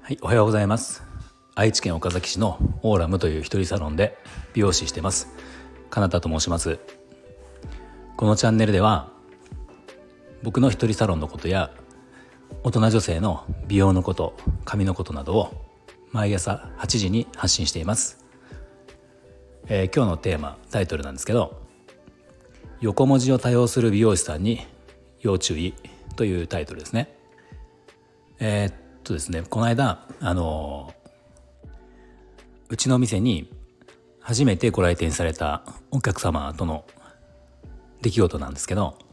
はい、おはようございます。愛知県岡崎市のオーラムという一人サロンで美容師してます。かなたと申します。このチャンネルでは僕の一人サロンのことや大人女性の美容のこと、髪のことなどを毎朝8時に発信しています。今日のテーマ、タイトルなんですけど、横文字を多用する美容師さんに要注意というタイトルですね。ですね、この間うちの店に初めてご来店されたお客様との出来事なんですけど、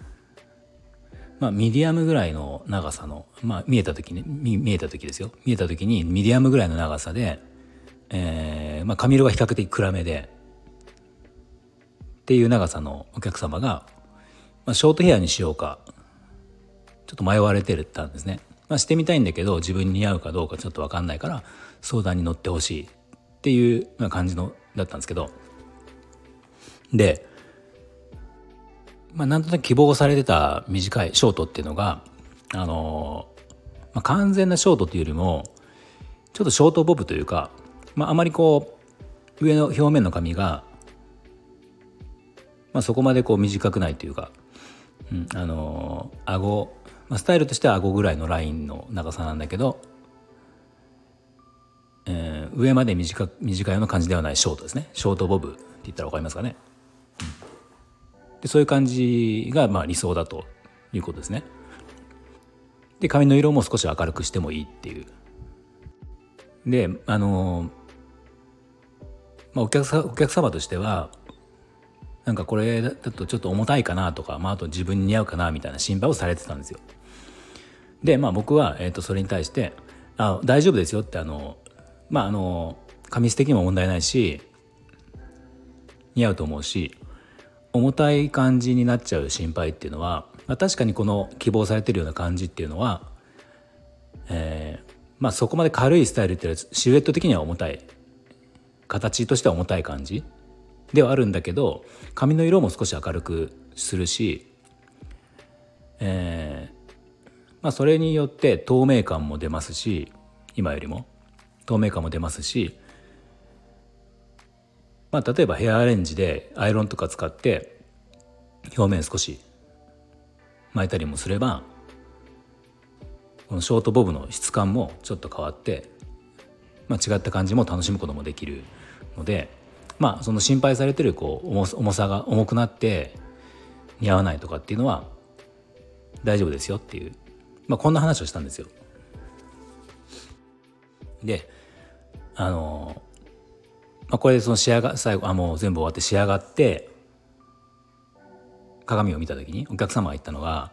ミディアムぐらいの長さの、見えた時にミディアムぐらいの長さで、髪色が比較的暗めでっていう長さのお客様が、ショートヘアにしようかちょっと迷われてたんですね。してみたいんだけど自分に似合うかどうかちょっと分かんないから相談に乗ってほしいっていう感じのだったんですけど、で、なんとなく希望されてた短いショートっていうのが完全なショートっていうよりもちょっとショートボブというか、あまりこう上の表面の髪が、そこまでこう短くないというか、顎、スタイルとしては顎ぐらいのラインの長さなんだけど、上まで短いような感じではないショートですね。ショートボブって言ったら分かりますかね。でそういう感じが理想だということですね。で髪の色も少し明るくしてもいいっていう。でお客様としてはなんかこれだとちょっと重たいかなとか、あと自分に似合うかなみたいな心配をされてたんですよ。で僕は、それに対して大丈夫ですよって髪質的にも問題ないし似合うと思うし、重たい感じになっちゃう心配っていうのは、確かにこの希望されてるような感じっていうのは、そこまで軽いスタイルっていうのはシルエット的には重たい、形としては重たい感じではあるんだけど、髪の色も少し明るくするし、それによって透明感も出ますし、今よりも透明感も出ますし、例えばヘアアレンジでアイロンとか使って表面少し巻いたりもすれば、このショートボブの質感もちょっと変わって、違った感じも楽しむこともできるので、その心配されてる重さが重くなって似合わないとかっていうのは大丈夫ですよっていう、こんな話をしたんですよ。でこれでその最後もう全部終わって仕上がって鏡を見た時にお客様が言ったのが、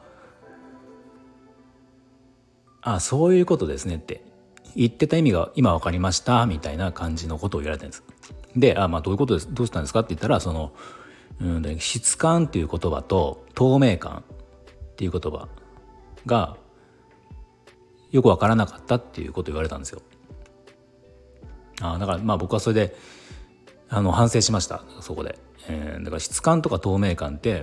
そういうことですねって言ってた意味が今分かりましたみたいな感じのことを言われたんです。でどういうことです、どうしたんですかって言ったら、質感っていう言葉と透明感っていう言葉がよく分からなかったっていうことを言われたんですよ。だから僕はそれで反省しました。そこで、だから質感とか透明感って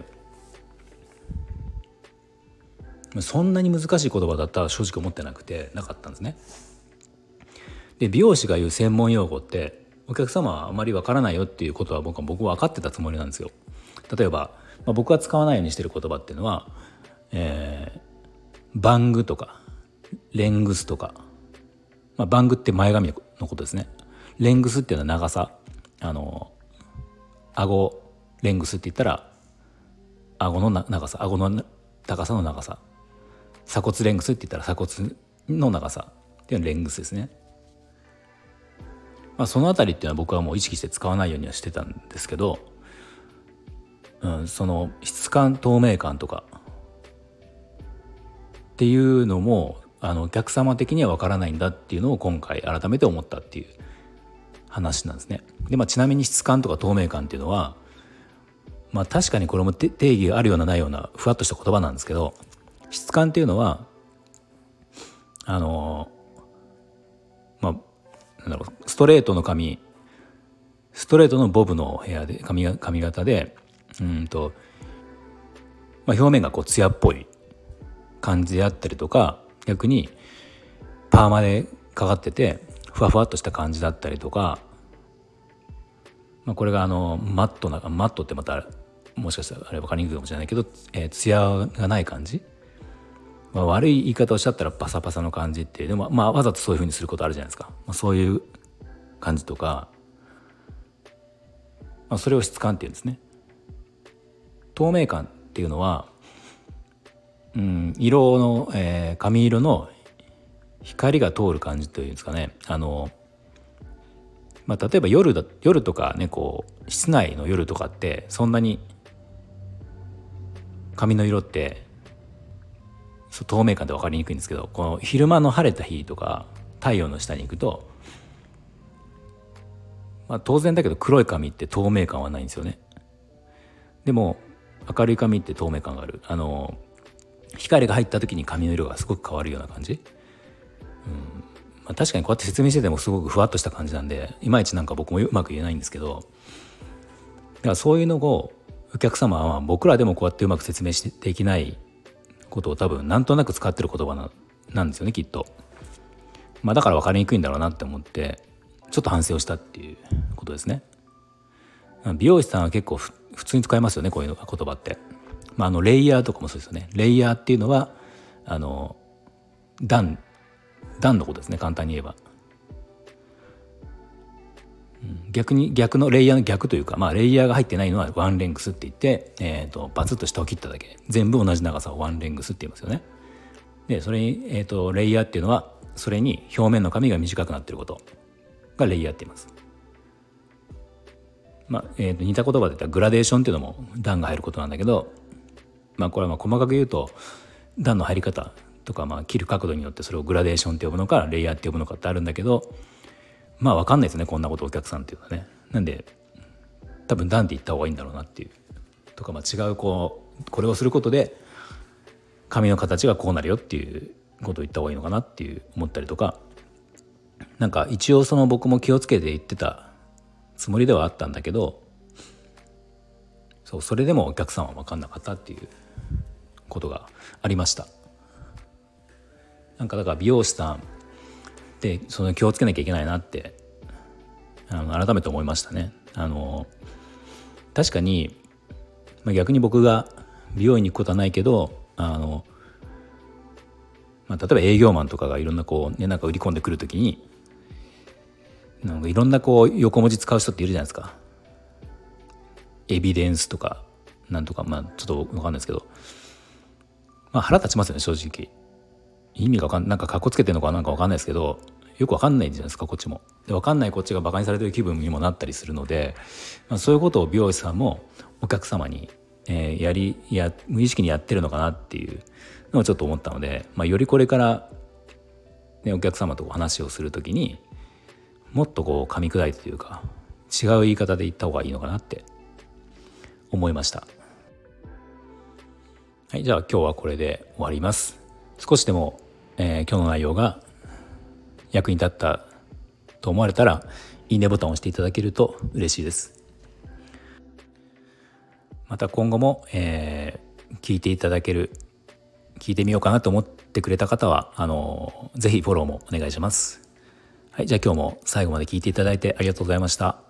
そんなに難しい言葉だったら正直思ってなかったんですね。で美容師が言う専門用語ってお客様はあまり分からないよっていうことは僕は分かってたつもりなんですよ。例えば、僕が使わないようにしてる言葉っていうのは、バングとかレングスとか、バングって前髪のことですね。レングスっていうのは長さ、顎レングスって言ったら顎の長さ、顎の高さの長さ、鎖骨レングスって言ったら鎖骨の長さっていうのはレングスですね。そのあたりっていうのは僕はもう意識して使わないようにはしてたんですけど、その質感透明感とかっていうのもお客様的には分からないんだっていうのを今回改めて思ったっていう話なんですね。で、ちなみに質感とか透明感っていうのは、確かにこれも定義があるようなないようなふわっとした言葉なんですけど、質感っていうのはストレートのボブのヘアで髪型で表面が艶っぽい感じであったりとか、逆にパーマでかかっててふわふわっとした感じだったりとか、これがマットってまたもしかしたらあれ分かりにくいかもしれないけど、ツヤがない感じ、悪い言い方をしちゃったらパサパサの感じっていう、でもわざとそういう風にすることあるじゃないですか、そういう感じとか、それを質感っていうんですね。透明感っていうのは、色の、髪色の光が通る感じというんですかね。例えば夜とかね、こう室内の夜とかってそんなに髪の色って透明感で分かりにくいんですけど、この昼間の晴れた日とか太陽の下に行くと、当然だけど黒い髪って透明感はないんですよね。でも明るい髪って透明感がある。光が入った時に髪の色がすごく変わるような感じ、確かにこうやって説明しててもすごくふわっとした感じなんで、いまいちなんか僕もうまく言えないんですけど、だからそういうのをお客様は僕らでもこうやってうまく説明できないことを多分なんとなく使ってる言葉なんですよね、きっと。だから分かりにくいんだろうなって思ってちょっと反省をしたっていうことですね。美容師さんは結構普通に使いますよね、こういう言葉って。レイヤーとかもそうですよね。レイヤーっていうのは段のことですね、簡単に言えば。逆のレイヤーの逆というか、レイヤーが入ってないのはワンレングスって言って、バツッと下を切っただけ、全部同じ長さをワンレングスって言いますよね。でそれに、レイヤーっていうのはそれに表面の髪が短くなっていることがレイヤーって言います。似た言葉で言ったらグラデーションっていうのも段が入ることなんだけど、これは細かく言うと段の入り方とか、切る角度によってそれをグラデーションって呼ぶのかレイヤーって呼ぶのかってあるんだけど、分かんないですね、こんなことお客さんっていうのはね。なんで多分段で言った方がいいんだろうなっていうとか、違うこれをすることで髪の形がこうなるよっていうことを言った方がいいのかなっていう思ったりとか、一応僕も気をつけて言ってたつもりではあったんだけど、それでもお客さんは分かんなかったっていうことがありました。だから美容師さんって気をつけなきゃいけないなって改めて思いましたね。確かに、逆に僕が美容院に行くことはないけど、例えば営業マンとかがいろんな売り込んでくるときにいろんな横文字使う人っているじゃないですか。エビデンスとかなんとか、ちょっと分かんないですけど、腹立ちますよね、正直。意味が分かんない、かっこつけてるのか分かんないですけど、よく分かんないじゃないですか、こっちも。で分かんないこっちがバカにされてる気分にもなったりするので、そういうことを美容師さんもお客様に、無意識にやってるのかなっていうのをちょっと思ったので、よりこれから、お客様とお話をするときにもっと噛み砕いてというか違う言い方で言った方がいいのかなって思いました。はい、じゃあ今日はこれで終わります。少しでも、今日の内容が役に立ったと思われたらいいねボタンを押していただけると嬉しいです。また今後も、聞いてみようかなと思ってくれた方はぜひフォローもお願いします。はい、じゃあ今日も最後まで聞いていただいてありがとうございました。